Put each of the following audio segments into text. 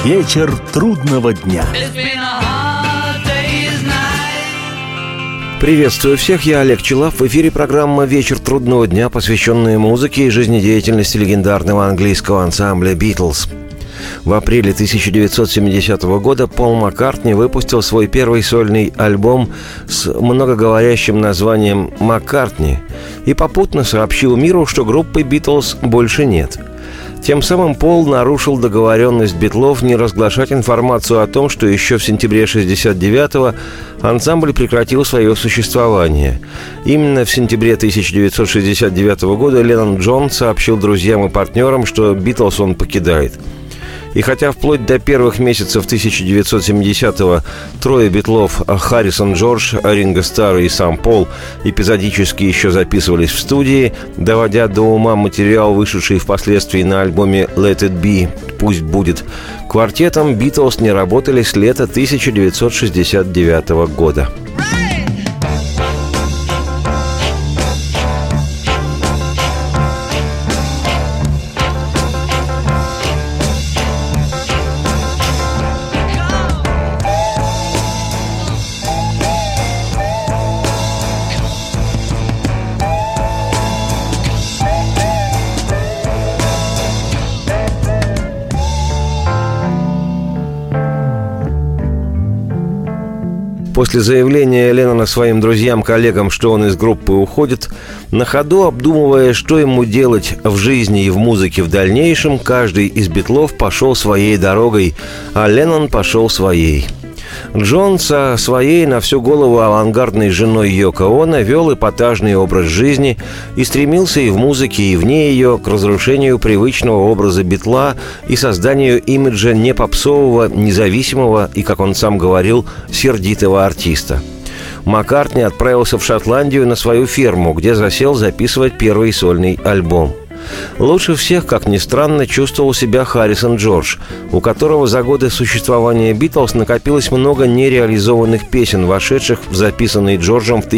Вечер трудного дня. Приветствую всех, я Олег Челав. В эфире программа «Вечер трудного дня», посвященная музыке и жизнедеятельности легендарного английского ансамбля «Битлз». В апреле 1970 года Пол Маккартни выпустил свой первый сольный альбом с многоговорящим названием «Маккартни» и попутно сообщил миру, что группы «Битлз» больше нет. Тем самым Пол нарушил договоренность Битлов не разглашать информацию о том, что еще в сентябре 1969-го ансамбль прекратил свое существование. Именно в сентябре 1969 года Леннон Джон сообщил друзьям и партнерам, что «Битлз» он покидает. И хотя вплоть до первых месяцев 1970-го трое битлов Харрисон Джордж, Ринго Старр и сам Пол эпизодически еще записывались в студии, доводя до ума материал, вышедший впоследствии на альбоме «Let It Be» «Пусть будет», квартетом «Битлз» не работали с лета 1969 года. После заявления Леннона своим друзьям-коллегам, что он из группы уходит, на ходу обдумывая, что ему делать в жизни и в музыке в дальнейшем, каждый из битлов пошел своей дорогой, а Леннон пошел своей. Джон со своей на всю голову авангардной женой Йоко Оно вел эпатажный образ жизни и стремился и в музыке, и вне ее к разрушению привычного образа битла и созданию имиджа не попсового, независимого и, как он сам говорил, сердитого артиста. Маккартни отправился в Шотландию на свою ферму, где засел записывать первый сольный альбом. Лучше всех, как ни странно, чувствовал себя Харрисон Джордж, у которого за годы существования «Битлз» накопилось много нереализованных песен, вошедших в записанный Джорджем в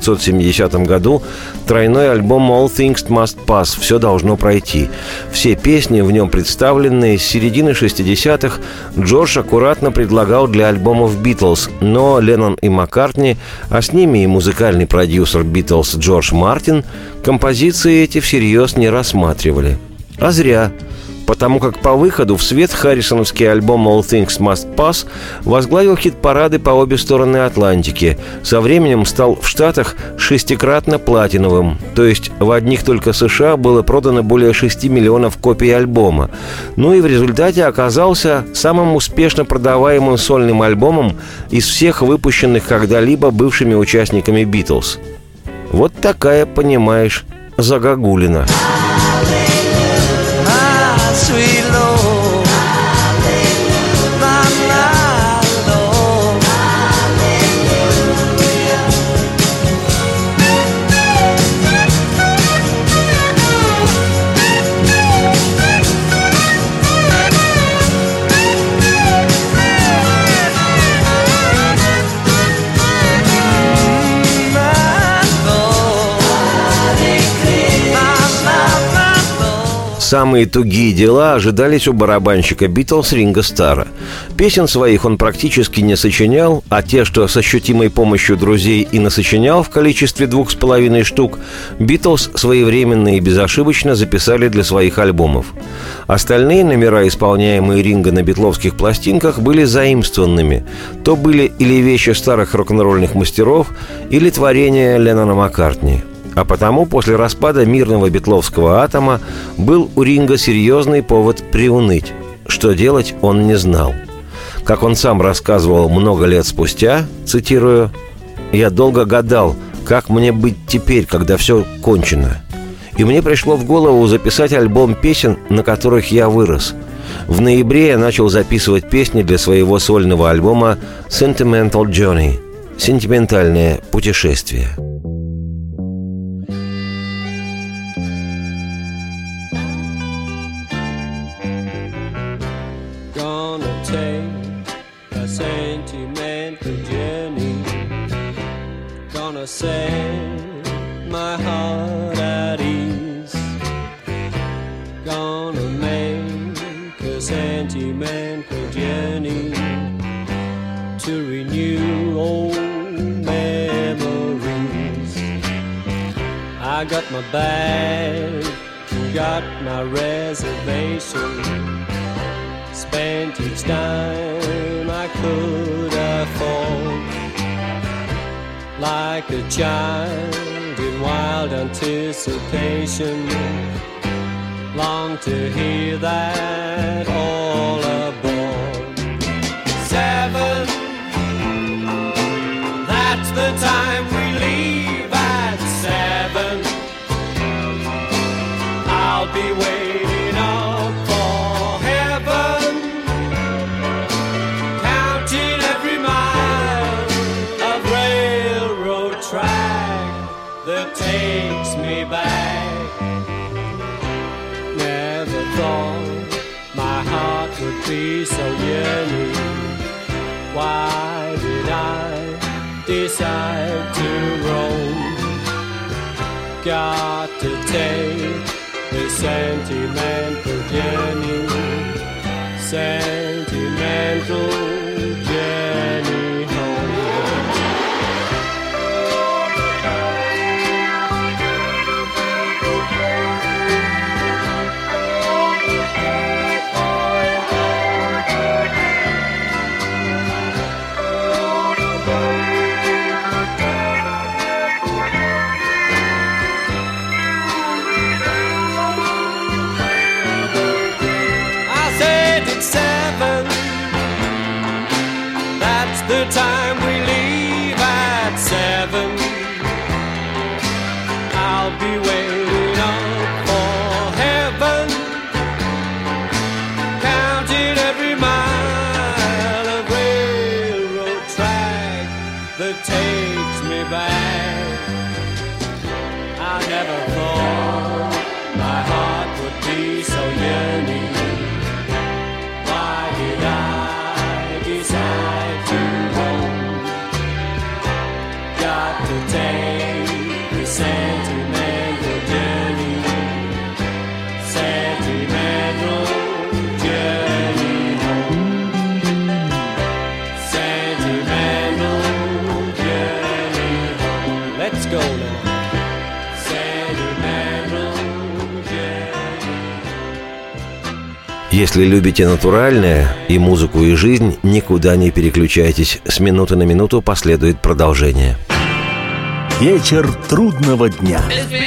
1970 году тройной альбом «All Things Must Pass» «Все должно пройти». Все песни, в нем представленные с середины 60-х, Джордж аккуратно предлагал для альбомов «Битлз», но Леннон и Маккартни, а с ними и музыкальный продюсер «Битлз» Джордж Мартин, композиции эти всерьез не рассматривали. А зря, потому как по выходу в свет харрисоновский альбом «All Things Must Pass» возглавил хит-парады по обе стороны Атлантики. Со временем стал в Штатах 6-кратно платиновым, то есть в одних только США было продано более 6 миллионов копий альбома. Ну и в результате оказался самым успешно продаваемым сольным альбомом из всех выпущенных когда-либо бывшими участниками «Битлз». Вот такая, понимаешь, загогулина. Самые тугие дела ожидались у барабанщика «Битлз» Ринго Старра. Песен своих он практически не сочинял, а те, что с ощутимой помощью друзей и насочинял в количестве 2,5 штук, «Битлз» своевременно и безошибочно записали для своих альбомов. Остальные номера, исполняемые Ринго на битловских пластинках, были заимствованными. То были или вещи старых рок-н-ролльных мастеров, или творения Леннона Маккартни. А потому после распада мирного битловского атома был у Ринго серьезный повод приуныть. Что делать, он не знал. Как он сам рассказывал много лет спустя, цитирую, «Я долго гадал, как мне быть теперь, когда все кончено. И мне пришло в голову записать альбом песен, на которых я вырос. В ноябре я начал записывать песни для своего сольного альбома «Sentimental Journey» – «Сентиментальное путешествие». Set my heart at ease. Gonna make a sentimental journey to renew old memories. I got my bag, got my reservation, spent each dime I could afford, like a child in wild anticipation, long to hear that all aboard. 7, that's the time we leave at 7. I'll be waiting up for heaven, counting every mile of railroad track that takes me back. Never thought my heart would be so yearning. Why did I decide to roam? Got to take the sentimental journey, sentimental journey home. The time we leave at 7. I'll be waiting up for heaven, counting every mile of railroad track that takes me back. I never thought my heart would be so yearning. Why did I decide to take the sentimental journey, sentimental journey home, sentimental journey home. Let's go now. Sentimental journey. Если любите натуральное, и музыку, и жизнь, никуда не переключайтесь. С минуты на минуту последует продолжение. Вечер трудного дня.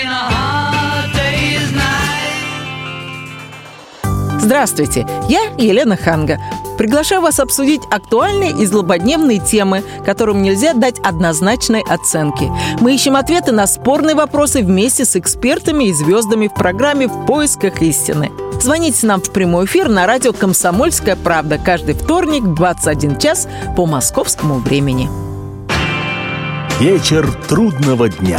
Здравствуйте, я Елена Ханга. Приглашаю вас обсудить актуальные и злободневные темы, которым нельзя дать однозначной оценки. Мы ищем ответы на спорные вопросы вместе с экспертами и звездами в программе «В поисках истины». Звоните нам в прямой эфир на радио «Комсомольская правда» каждый вторник в 21 час по московскому времени. Вечер трудного дня.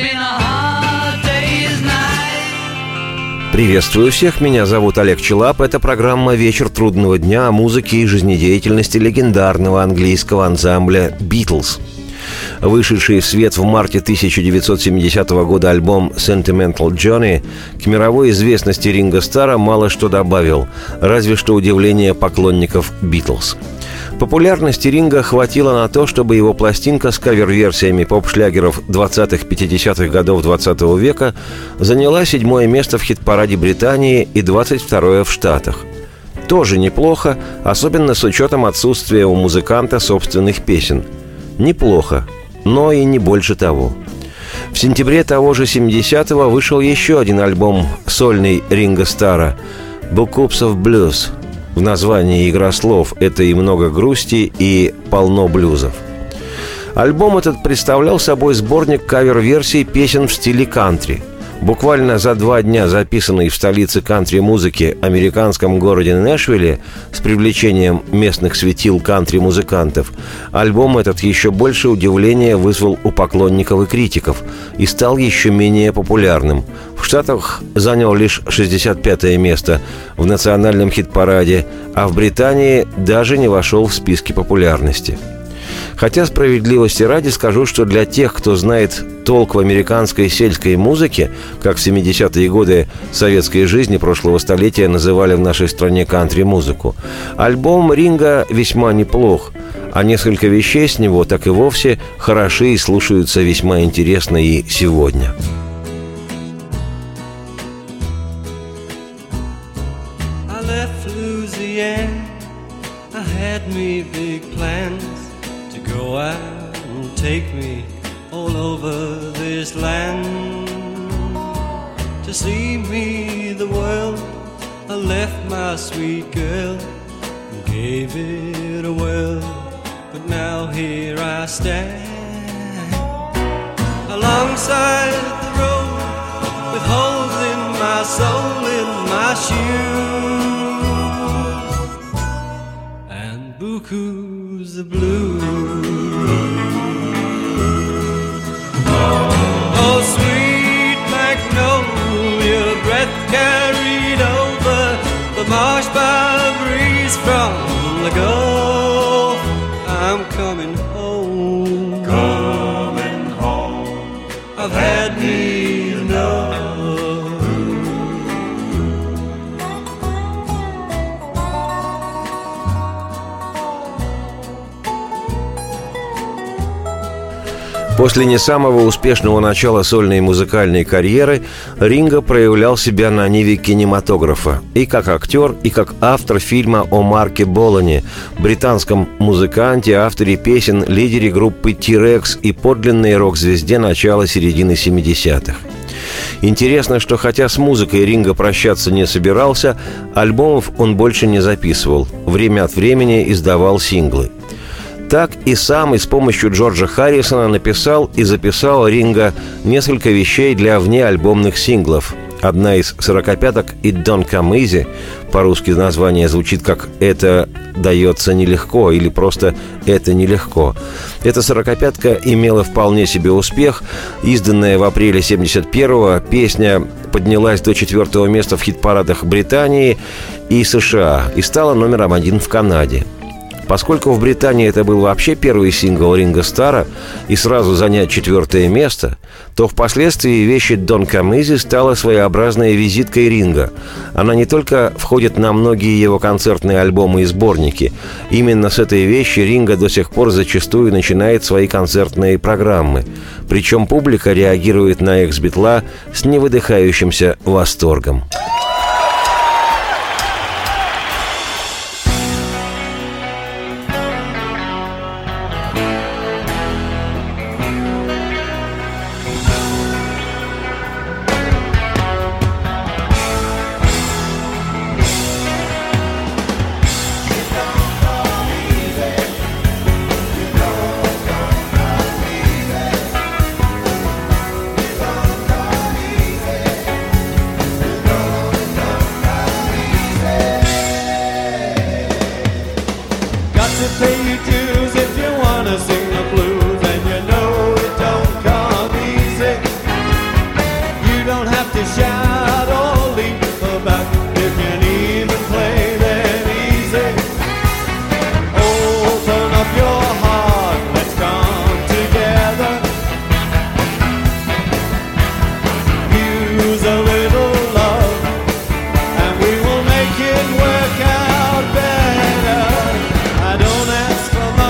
Приветствую всех, меня зовут Олег Челап. Это программа «Вечер трудного дня» о музыке и жизнедеятельности легендарного английского ансамбля «Битлз». Вышедший в свет в марте 1970 года альбом «Sentimental Journey» к мировой известности Ринго Старра мало что добавил, разве что удивление поклонников «Битлз». Популярности Ринго хватило на то, чтобы его пластинка с кавер-версиями поп-шлягеров 20-50-х годов 20 века заняла 7-е место в хит-параде Британии и 22-е в Штатах. Тоже неплохо, особенно с учетом отсутствия у музыканта собственных песен. Неплохо, но и не больше того. В сентябре того же 70-го вышел еще один альбом сольный Ринго Старра «Bookups of Blues». В названии игра слов это и много грусти, и полно блюзов. Альбом этот представлял собой сборник кавер-версий песен в стиле кантри. Буквально за 2 дня записанный в столице кантри-музыки американском городе Нэшвилле с привлечением местных светил кантри-музыкантов, альбом этот еще больше удивления вызвал у поклонников и критиков и стал еще менее популярным. В Штатах занял лишь 65-е место в национальном хит-параде, а в Британии даже не вошел в списки популярности. Хотя справедливости ради скажу, что для тех, кто знает толк в американской сельской музыке, как в 70-е годы советской жизни прошлого столетия называли в нашей стране кантри-музыку, альбом Ринга весьма неплох, а несколько вещей с него так и вовсе хороши и слушаются весьма интересно и сегодня. Go out and take me all over this land. To see me the world, I left my sweet girl and gave it a whirl. But now here I stand alongside the road, with holes in my soul, in my shoes, and bukus of blue. Oh, sweet magnolia, breath carried over the marsh by a breeze from the Gulf. I'm coming home, coming home. I've had me enough. После не самого успешного начала сольной музыкальной карьеры Ринго проявлял себя на ниве кинематографа и как актер, и как автор фильма о Марке Болане, британском музыканте, авторе песен, лидере группы T-Rex и подлинной рок-звезде начала-середины 70-х. Интересно, что хотя с музыкой Ринго прощаться не собирался, альбомов он больше не записывал, время от времени издавал синглы. Так и сам и с помощью Джорджа Харрисона написал и записал Ринго несколько вещей для внеальбомных синглов. Одна из 45-ок «It Don't Come Easy», по-русски название звучит как «Это дается нелегко» или просто «Это нелегко». Эта 45-ка имела вполне себе успех. Изданная в апреле 71-го, песня поднялась до 4-го места в хит-парадах Британии и США и стала номером 1 в Канаде. Поскольку в Британии это был вообще первый сингл Ринго Старра и сразу занять 4-е место, то впоследствии вещь «Don't Come Easy» стала своеобразной визиткой Ринго. Она не только входит на многие его концертные альбомы и сборники. Именно с этой вещи Ринго до сих пор зачастую начинает свои концертные программы. Причем публика реагирует на экс-битла с невыдыхающимся восторгом. Work out better. I don't ask for much.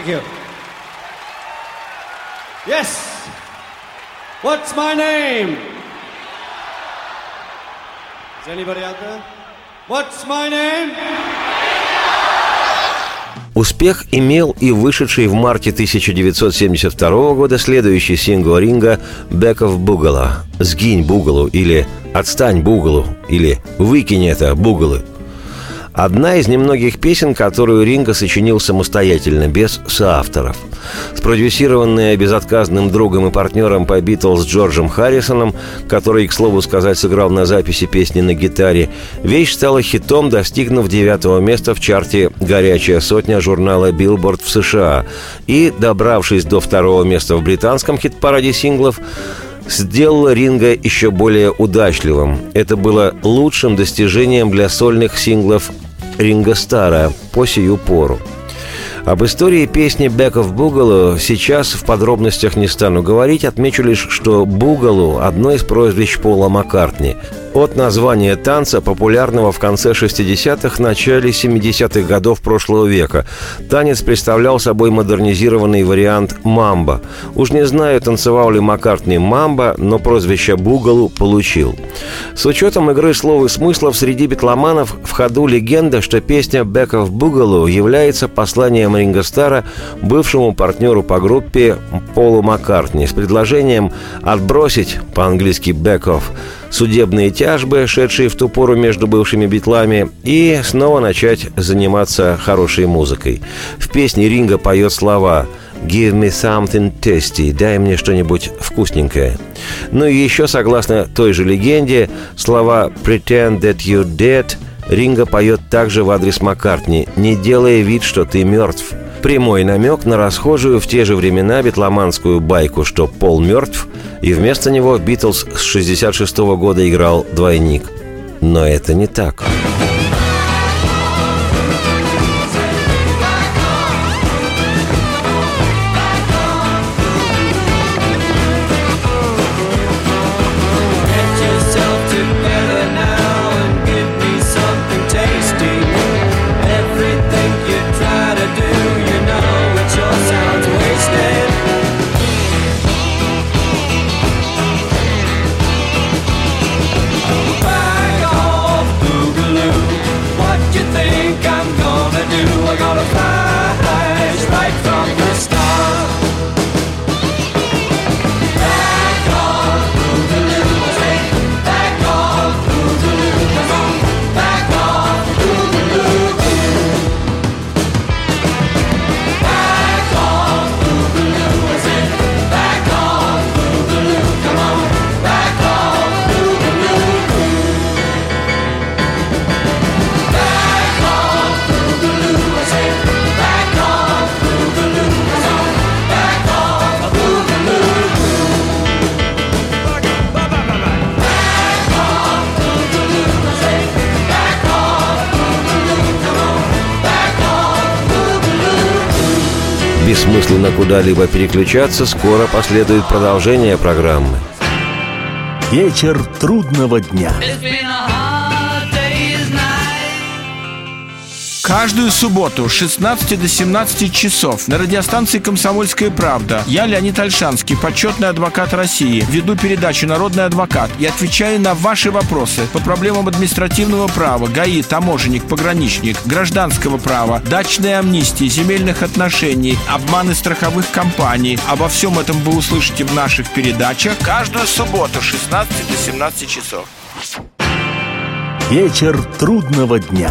Thank you. Yes. What's my name? Is anybody out there? What's my name? Успех имел и вышедший в марте 1972 года следующий сингл Ринга «Back of Boogaloo» «Сгинь, Бугалу» или «Отстань, Бугалу» или «Выкинь это, Бугалы». Одна из немногих песен, которую Ринго сочинил самостоятельно, без соавторов. Спродюсированная безотказным другом и партнером по «Битлз» Джорджем Харрисоном, который, к слову сказать, сыграл на записи песни на гитаре, вещь стала хитом, достигнув 9-го места в чарте «Горячая сотня» журнала Billboard в США и, добравшись до 2-го места в британском хит-параде синглов, сделала Ринго еще более удачливым. Это было лучшим достижением для сольных синглов Ринго Стара по сию пору. Об истории песни «Back of Boogaloo» сейчас в подробностях не стану говорить, отмечу лишь, что «Бугалу» – одно из прозвищ Пола Маккартни. От названия танца, популярного в конце 60-х, начале 70-х годов прошлого века. Танец представлял собой модернизированный вариант мамбо. Уж не знаю, танцевал ли Маккартни мамбо, но прозвище «Бугалу» получил. С учетом игры слов и смыслов среди битломанов в ходу легенда, что песня «Back of Boogaloo» является посланием Ринго Стара бывшему партнеру по группе Полу Маккартни с предложением отбросить, по-английски «back off», судебные тяжбы, шедшие в ту пору между бывшими битлами, и снова начать заниматься хорошей музыкой. В песне Ринго поет слова «Give me something tasty», «Дай мне что-нибудь вкусненькое». Ну и еще, согласно той же легенде, слова «Pretend that you're dead» Ринго поет также в адрес Маккартни, не делая вид, что ты мертв. Прямой намек на расхожую в те же времена битломанскую байку, что Пол мертв, и вместо него в «Битлз» с 1966 года играл двойник. Но это не так. Бессмысленно куда-либо переключаться, скоро последует продолжение программы. Вечер трудного дня. Каждую субботу с 16 до 17 часов на радиостанции «Комсомольская правда» я, Леонид Ольшанский, почетный адвокат России, веду передачу «Народный адвокат» и отвечаю на ваши вопросы по проблемам административного права, ГАИ, таможенник, пограничник, гражданского права, дачной амнистии, земельных отношений, обманы страховых компаний. Обо всем этом вы услышите в наших передачах каждую субботу с 16 до 17 часов. Вечер трудного дня.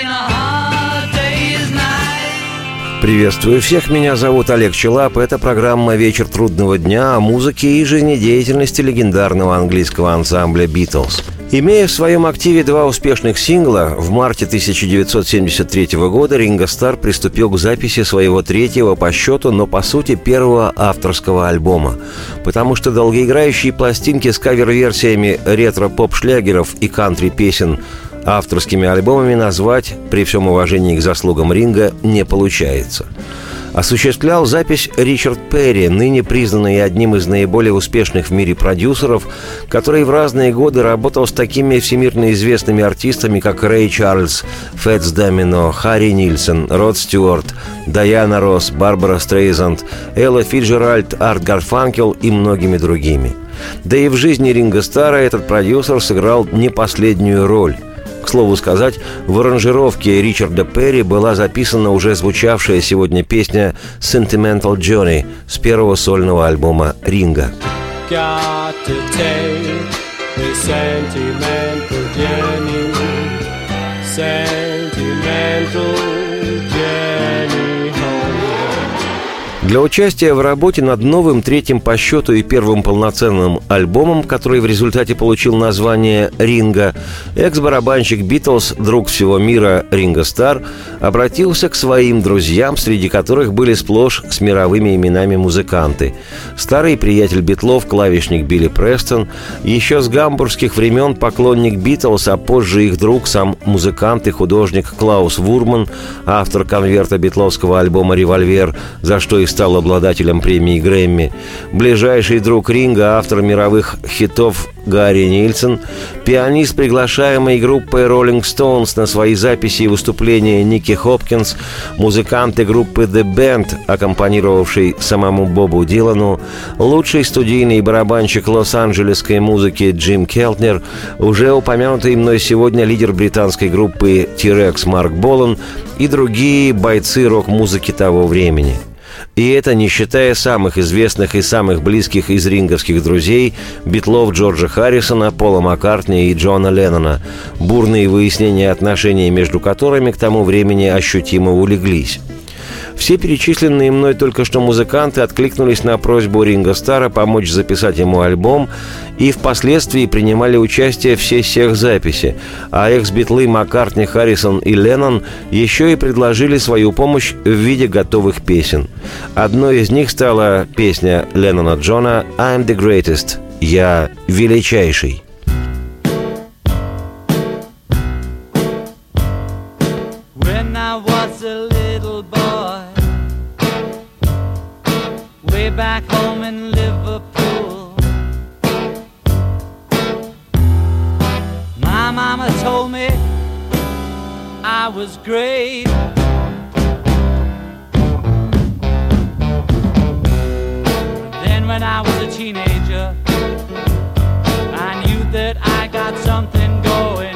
Приветствую всех, меня зовут Олег Челап. Это программа «Вечер трудного дня» о музыке и жизнедеятельности легендарного английского ансамбля «Битлз». Имея в своем активе два успешных сингла, в марте 1973 года Ринго Стар приступил к записи своего третьего по счету, но по сути первого авторского альбома. Потому что долгоиграющие пластинки с кавер-версиями ретро-поп-шлягеров и кантри-песен авторскими альбомами назвать, при всем уважении к заслугам Ринго, не получается. Осуществлял запись Ричард Перри, ныне признанный одним из наиболее успешных в мире продюсеров, который в разные годы работал с такими всемирно известными артистами, как Рэй Чарльз, Фэтс Домино, Харри Нильсон, Род Стюарт, Дайана Росс, Барбара Стрейзанд, Элла Фицджеральд, Арт Гарфанкел и многими другими. Да и в жизни Ринго Старра этот продюсер сыграл не последнюю роль. К слову сказать, в аранжировке Ричарда Перри была записана уже звучавшая сегодня песня «Sentimental Journey» с первого сольного альбома Ринго. Got to take the sentimental journey, sentimental journey home. Для участия в работе над новым, третьим по счету и первым полноценным альбомом, который в результате получил название «Ринго», экс-барабанщик «Битлз», друг всего мира Ринго Старр, обратился к своим друзьям, среди которых были сплошь с мировыми именами музыканты. Старый приятель Битлов, клавишник Билли Престон, еще с гамбургских времен поклонник «Битлз», а позже их друг, сам музыкант и художник Клаус Вурман, автор конверта битловского альбома «Револьвер», за что и стал обладателем премии Грэмми, ближайший друг Ринго, автор мировых хитов Гарри Нильсон, пианист, приглашаемый группой Rolling Stones на свои записи и выступления Ники Хопкинс, музыканты группы The Band, аккомпанировавший самому Бобу Дилану, лучший студийный барабанщик лос-анджелесской музыки Джим Келтнер, уже упомянутый мной сегодня лидер британской группы T-Rex Марк Болан и другие бойцы рок-музыки того времени. И это не считая самых известных и самых близких из ринговских друзей Битлов Джорджа Харрисона, Пола Маккартни и Джона Леннона, бурные выяснения отношений между которыми к тому времени ощутимо улеглись. Все перечисленные мной только что музыканты откликнулись на просьбу Ринго Старра помочь записать ему альбом и впоследствии принимали участие в сессиях записи, а экс-битлы Маккартни, Харрисон и Леннон еще и предложили свою помощь в виде готовых песен. Одной из них стала песня Леннона Джона «I'm the greatest» – «Я величайший». When I was a little boy, way back home in Liverpool, my mama told me I was great. Then when I was a teenager, I knew that I got something going.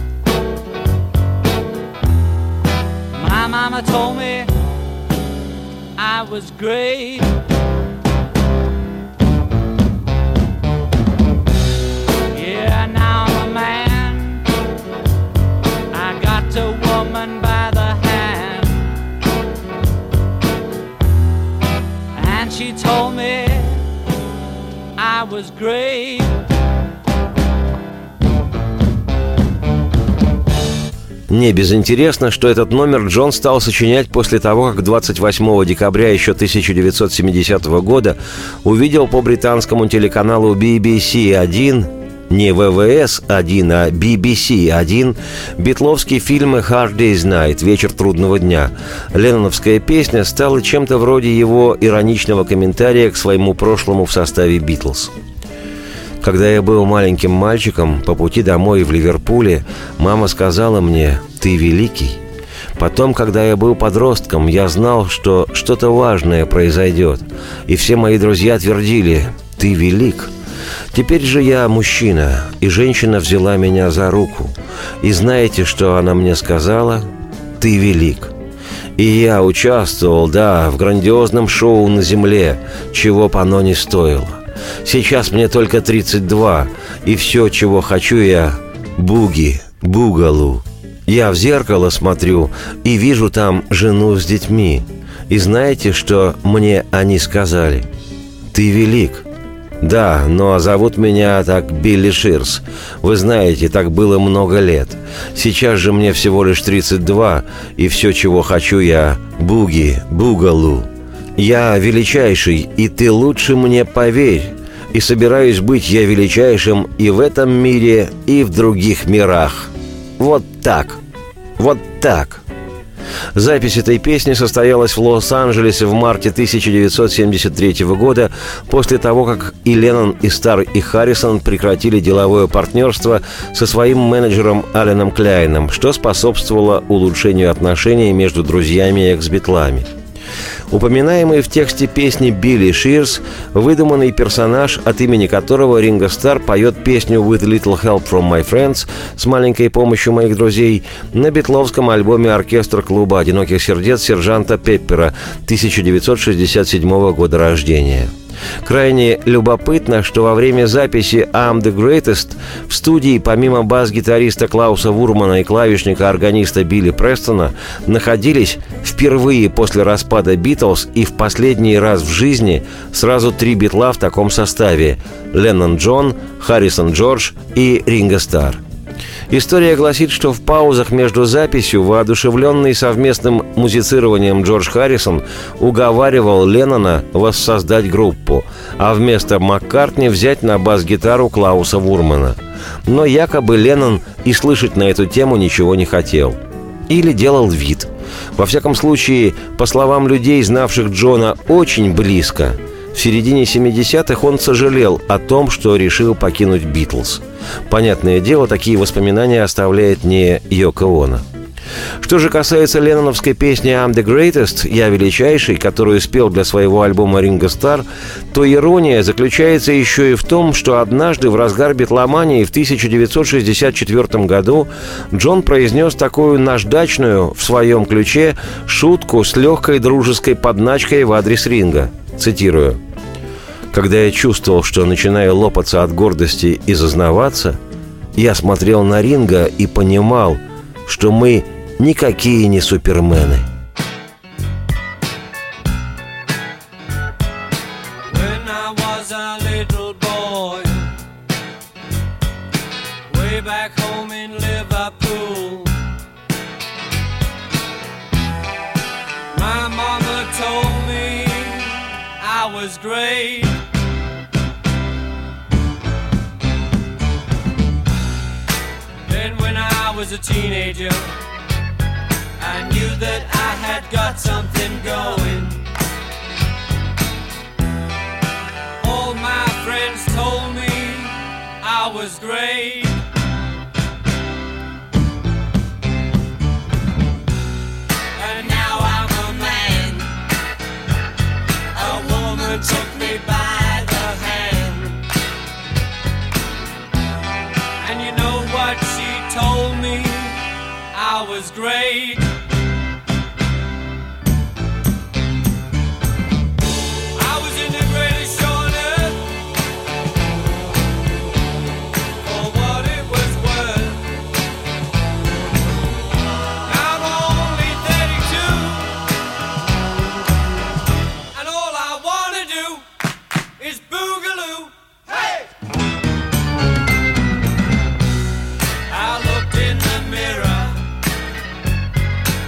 My mama told me I was great. Yeah, now I'm a man. I got a woman by the hand, and she told me I was great. Не безинтересно, что этот номер Джон стал сочинять после того, как 28 декабря еще 1970 года увидел по британскому телеканалу BBC-1, не ВВС-1, а BBC-1, битловский фильм «Hard Day's Night» «Вечер трудного дня». Ленноновская песня стала чем-то вроде его ироничного комментария к своему прошлому в составе «Битлз». Когда я был маленьким мальчиком, по пути домой в Ливерпуле, мама сказала мне «Ты великий». Потом, когда я был подростком, я знал, что что-то важное произойдет. И все мои друзья твердили «Ты велик». Теперь же я мужчина, и женщина взяла меня за руку. И знаете, что она мне сказала? «Ты велик». И я участвовал, да, в грандиозном шоу на земле, чего б оно ни стоило. Сейчас мне только 32, и все, чего хочу я – буги, бугалу. Я в зеркало смотрю и вижу там жену с детьми. И знаете, что мне они сказали? Ты велик. Да, но зовут меня так Билли Ширс. Вы знаете, так было много лет. Сейчас же мне всего лишь 32, и все, чего хочу я – буги, бугалу. Я величайший, и ты лучше мне поверь. И собираюсь быть я величайшим и в этом мире, и в других мирах. Вот так. Вот так. Запись этой песни состоялась в Лос-Анджелесе в марте 1973 года, после того, как и Леннон, и Старр, и Харрисон прекратили деловое партнерство со своим менеджером Алленом Кляйном, что способствовало улучшению отношений между друзьями и экс-битлами. Упоминаемый в тексте песни Билли Ширс – выдуманный персонаж, от имени которого Ринго Старр поет песню «With Little Help from My Friends» с маленькой помощью моих друзей на битловском альбоме оркестра клуба «Одиноких сердец» сержанта Пеппера 1967 года рождения. Крайне любопытно, что во время записи «I'm the Greatest» в студии помимо бас-гитариста Клауса Вурмана и клавишника-органиста Билли Престона находились впервые после распада «Битлз» и в последний раз в жизни сразу 3 битла в таком составе – Леннон Джон, Харрисон Джордж и Ринго Старр. История гласит, что в паузах между записью, воодушевленный совместным музицированием Джордж Харрисон уговаривал Леннона воссоздать группу, а вместо Маккартни взять на бас-гитару Клауса Вурмана. Но якобы Леннон и слышать на эту тему ничего не хотел. Или делал вид. Во всяком случае, по словам людей, знавших Джона очень близко, в середине 70-х он сожалел о том, что решил покинуть «Битлз». Понятное дело, такие воспоминания оставляет не Йоко Оно. Что же касается ленноновской песни «I'm the Greatest», «Я величайший», которую спел для своего альбома Ринго Старр, то ирония заключается еще и в том, что однажды в разгар битломании в 1964 году Джон произнес такую наждачную в своем ключе шутку с легкой дружеской подначкой в адрес Ринго. Цитирую: «Когда я чувствовал, что начинаю лопаться от гордости и зазнаваться, я смотрел на Ринго и понимал, что мы никакие не супермены». Was great. Then when I was a teenager, I knew that I had got something going. All my friends told me I was great. And now I'm a man. A woman took me by the hand. And you know what she told me? I was great. I was in the greatest show on earth, for what it was worth. I'm only 32, and all I wanna do is boogaloo. Hey! I looked in the mirror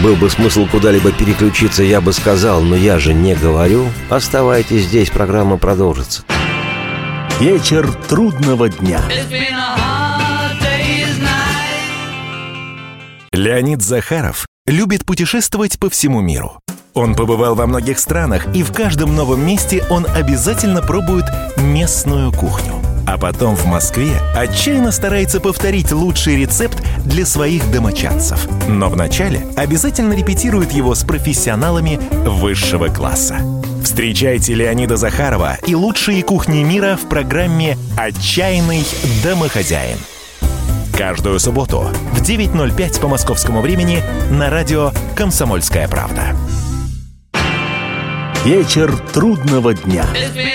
Был бы смысл куда-либо переключиться, я бы сказал, но я же не говорю. Оставайтесь здесь, программа продолжится. Вечер трудного дня. Леонид Захаров любит путешествовать по всему миру. Он побывал во многих странах, и в каждом новом месте он обязательно пробует местную кухню. А потом в Москве отчаянно старается повторить лучший рецепт для своих домочадцев. Но вначале обязательно репетирует его с профессионалами высшего класса. Встречайте Леонида Захарова и лучшие кухни мира в программе «Отчаянный домохозяин». Каждую субботу в 9:05 по московскому времени на радио «Комсомольская правда». Вечер трудного дня.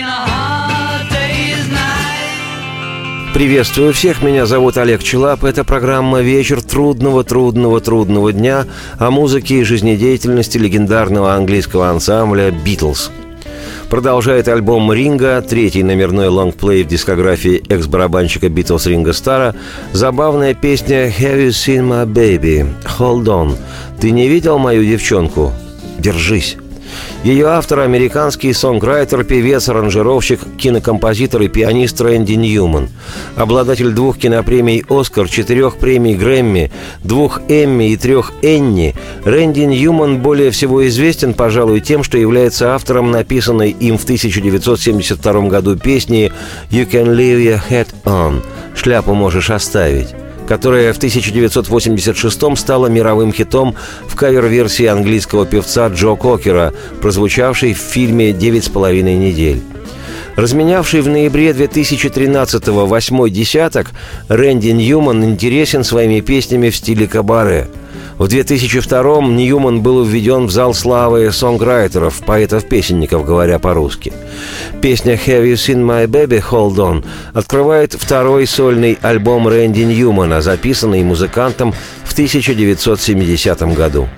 Приветствую всех, меня зовут Олег Челап. Это программа «Вечер трудного дня» о музыке и жизнедеятельности легендарного английского ансамбля «Битлз». Продолжает альбом Ринга, третий номерной лонгплей в дискографии экс-барабанщика Битлз Ринго Стара, забавная песня «Have you seen my baby? Hold on». «Ты не видел мою девчонку? Держись». Ее автор – американский сонграйтер, певец, аранжировщик, кинокомпозитор и пианист Рэнди Ньюман. Обладатель 2 кинопремий «Оскар», 4 премий «Грэмми», 2 «Эмми» и 3 «Энни», Рэнди Ньюман более всего известен, пожалуй, тем, что является автором написанной им в 1972 году песни «You can leave your hat on» – «Шляпу можешь оставить», которая в 1986-м стала мировым хитом в кавер-версии английского певца Джо Кокера, прозвучавшей в фильме «9,5 недель». Разменявший в ноябре 2013-го 8-й десяток, Рэнди Ньюман интересен своими песнями в стиле кабаре. В 2002-м Ньюман был введен в зал славы сонграйтеров, поэтов-песенников, говоря по-русски. Песня «Have you seen my baby? Hold on» открывает второй сольный альбом Рэнди Ньюмана, записанный музыкантом в 1970 году.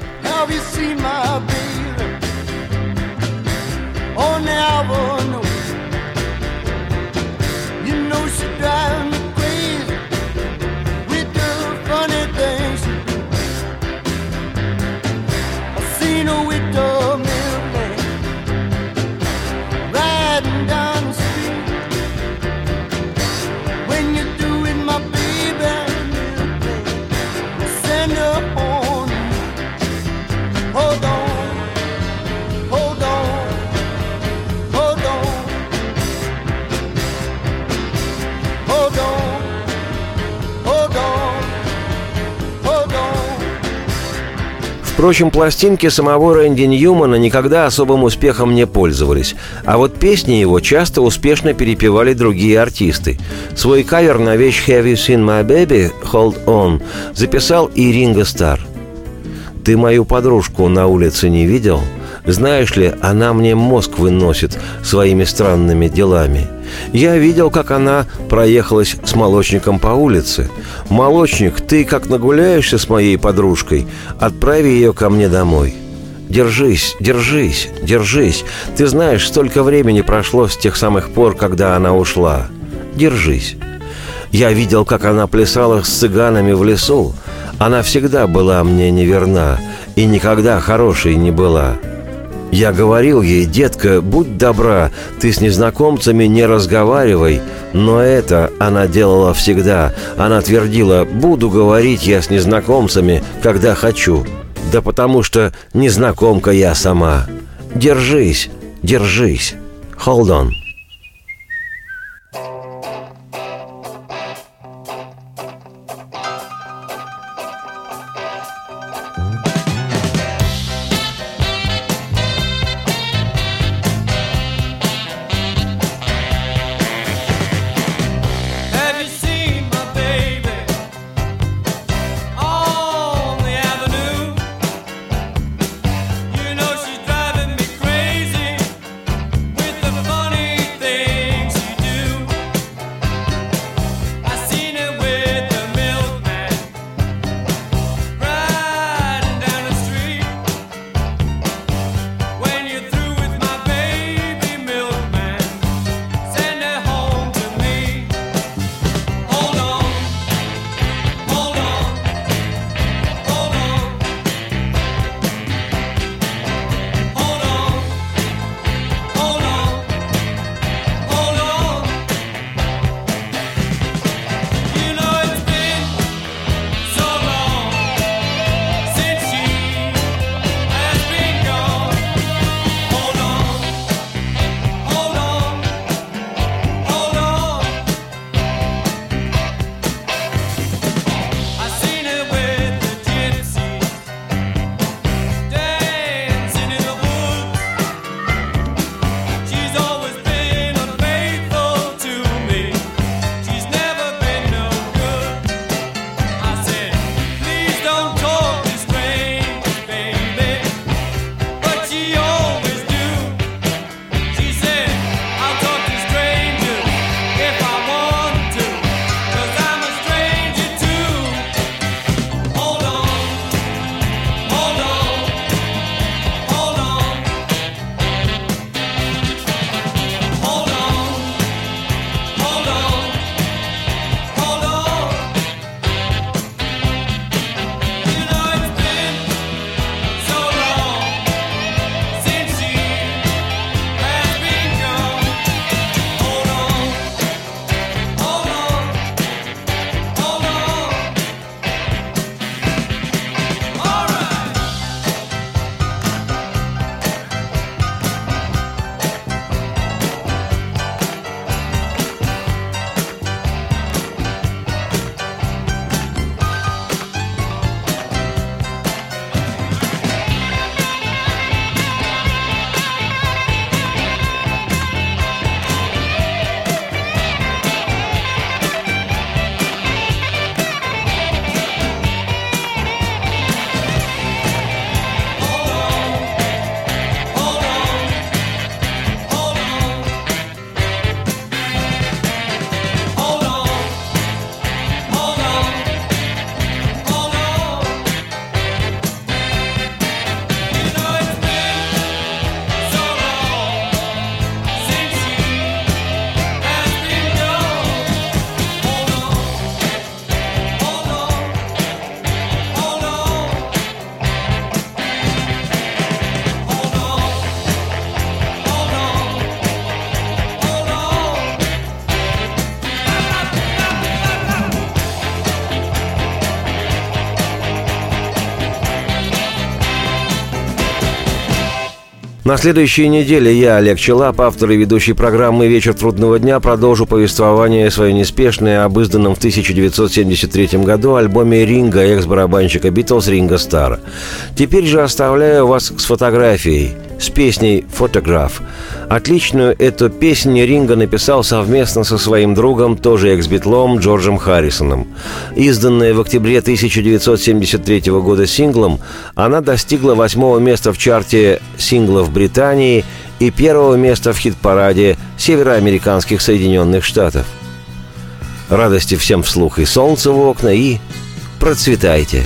Впрочем, пластинки самого Рэнди Ньюмана никогда особым успехом не пользовались, а вот песни его часто успешно перепевали другие артисты. Свой кавер на вещь «Have you seen my baby? Hold on» записал и Ринго Стар. «Ты мою подружку на улице не видел? Знаешь ли, она мне мозг выносит своими странными делами. Я видел, как она проехалась с молочником по улице. Молочник, ты как нагуляешься с моей подружкой, отправь ее ко мне домой. Держись, держись, держись. Ты знаешь, столько времени прошло с тех самых пор, когда она ушла. Держись. Я видел, как она плясала с цыганами в лесу. Она всегда была мне неверна и никогда хорошей не была. Я говорил ей: детка, будь добра, ты с незнакомцами не разговаривай. Но это она делала всегда. Она твердила: буду говорить я с незнакомцами, когда хочу. Да потому что незнакомка я сама. Держись, держись. Hold on. Funny На следующей неделе я, Олег Челап, автор и ведущий программы «Вечер трудного дня», продолжу повествование свое неспешное об изданном в 1973 году альбоме Ринга экс-барабанщика «Битлз» Ринго Старра. Теперь же оставляю вас с фотографией, с песней «Фотограф». Отличную эту песню Ринго написал совместно со своим другом, тоже экс-битлом, Джорджем Харрисоном. Изданная в октябре 1973 года синглом, она достигла 8-го места в чарте синглов Британии и 1-го места в хит-параде североамериканских Соединенных Штатов. Радости всем вслух и солнца в окна, и процветайте!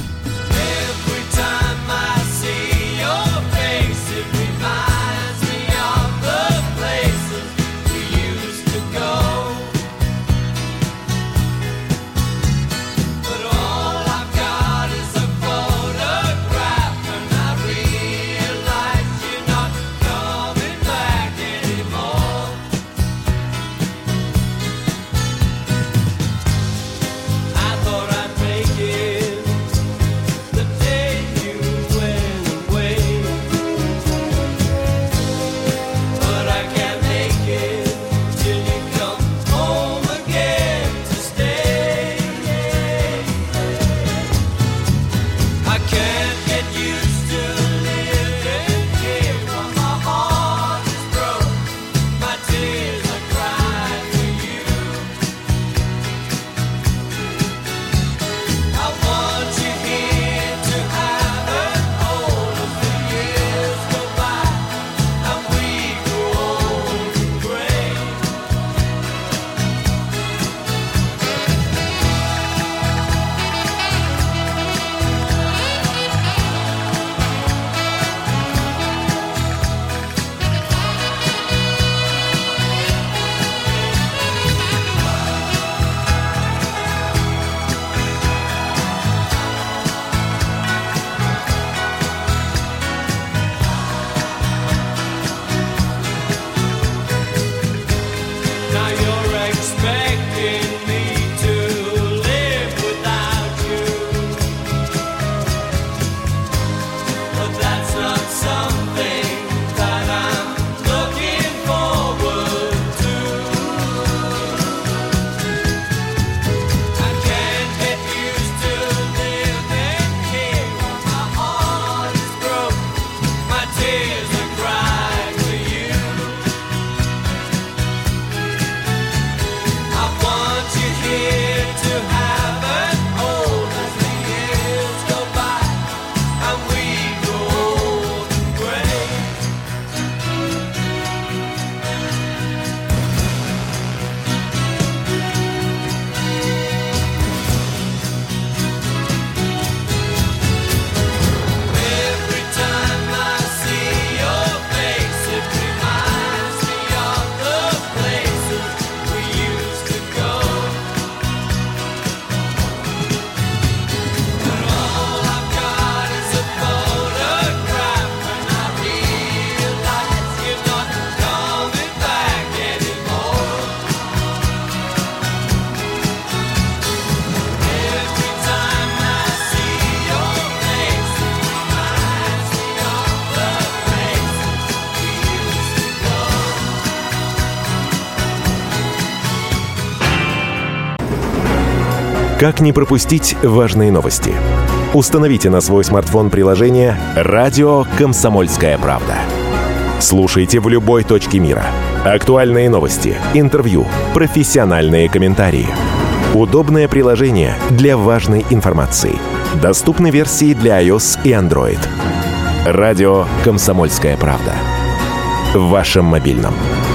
Как не пропустить важные новости? Установите на свой смартфон приложение «Радио Комсомольская правда». Слушайте в любой точке мира. Актуальные новости, интервью, профессиональные комментарии. Удобное приложение для важной информации. Доступны версии для iOS и Android. «Радио Комсомольская правда». В вашем мобильном.